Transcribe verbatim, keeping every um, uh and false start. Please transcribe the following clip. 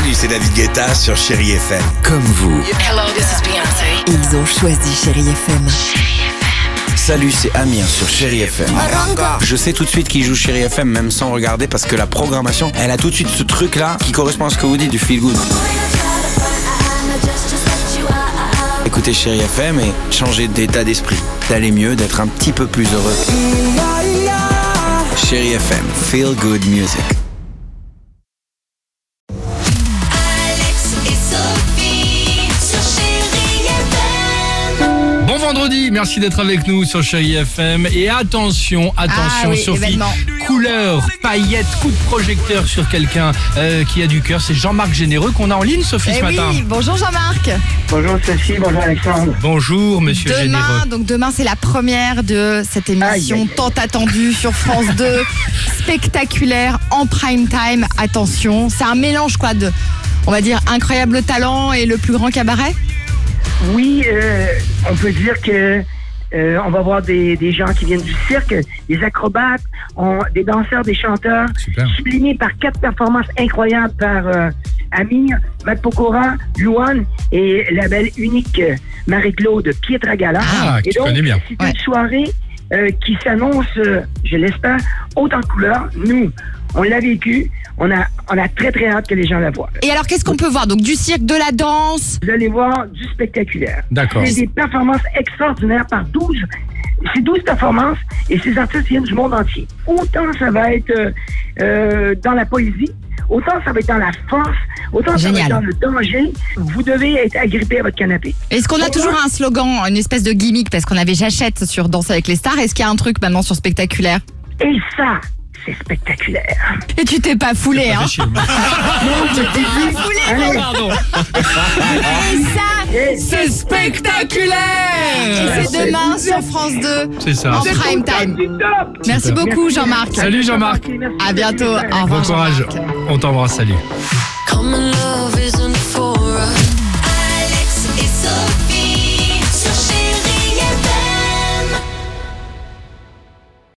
Salut, c'est David Guetta sur Chérie F M. Comme vous. Hello, this is Beyoncé. Ils ont choisi Chérie F M. Salut, c'est Amir sur Chérie F M. Je sais tout de suite qui joue Chérie F M, même sans regarder, parce que la programmation, elle a tout de suite ce truc-là qui correspond à ce que vous dites du feel good. Écoutez Chérie F M et changez d'état d'esprit, d'aller mieux, d'être un petit peu plus heureux. Chérie F M, feel good music. Bon vendredi, merci d'être avec nous sur Chérie F M. Et attention, attention, Ah oui, Sophie, événement. couleur, paillettes, coup de projecteur sur quelqu'un euh, qui a du cœur. C'est Jean-Marc Généreux qu'on a en ligne, Sophie, Eh ce oui, matin. bonjour Jean-Marc. Bonjour Sophie, bonjour Alexandre. Bonjour, monsieur Demain, Généreux. donc demain c'est la première de cette émission Aïe, aïe, aïe. tant attendue sur France deux, spectaculaire en prime time. Attention, c'est un mélange quoi de, on va dire, incroyable talent et le plus grand cabaret. Oui, euh, on peut dire que euh, on va voir des, des gens qui viennent du cirque, des acrobates, on- des danseurs, des chanteurs, Super. sublimés par quatre performances incroyables par euh, Amir, Matt Pokora, Luan et la belle unique euh, Marie-Claude Pietragala. Ah, que et tu donc, connais bien. c'est Ouais. une soirée euh, qui s'annonce, euh, je l'espère, haute en couleur. Nous, on l'a vécu, on a, on a très très hâte que les gens la voient. Et alors qu'est-ce qu'on peut voir? Donc du cirque, de la danse. Vous allez voir du spectaculaire. D'accord. C'est des performances extraordinaires par douze. C'est douze performances et ces artistes viennent du monde entier. Autant ça va être euh, euh, dans la poésie, autant ça va être dans la force, autant ça va Génial. être dans le danger. Vous devez être agrippé à votre canapé. Est-ce qu'on a toujours un slogan, une espèce de gimmick, parce qu'on avait J'achète sur Danse avec les stars. Est-ce qu'il y a un truc maintenant sur spectaculaire? Et ça, c'est spectaculaire. Et tu t'es pas foulé, hein? Fait chier. Tu t'es pas foulé, Allez, Pardon. et ça, et- C'est spectaculaire. et c'est demain sur France deux. C'est ça. En C'est- prime time. du top. Merci Super. beaucoup Merci. Jean-Marc. Salut Jean-Marc. Merci. À bientôt. Au revoir Bon courage. Jean-Marc. On t'embrasse, salut. Common love is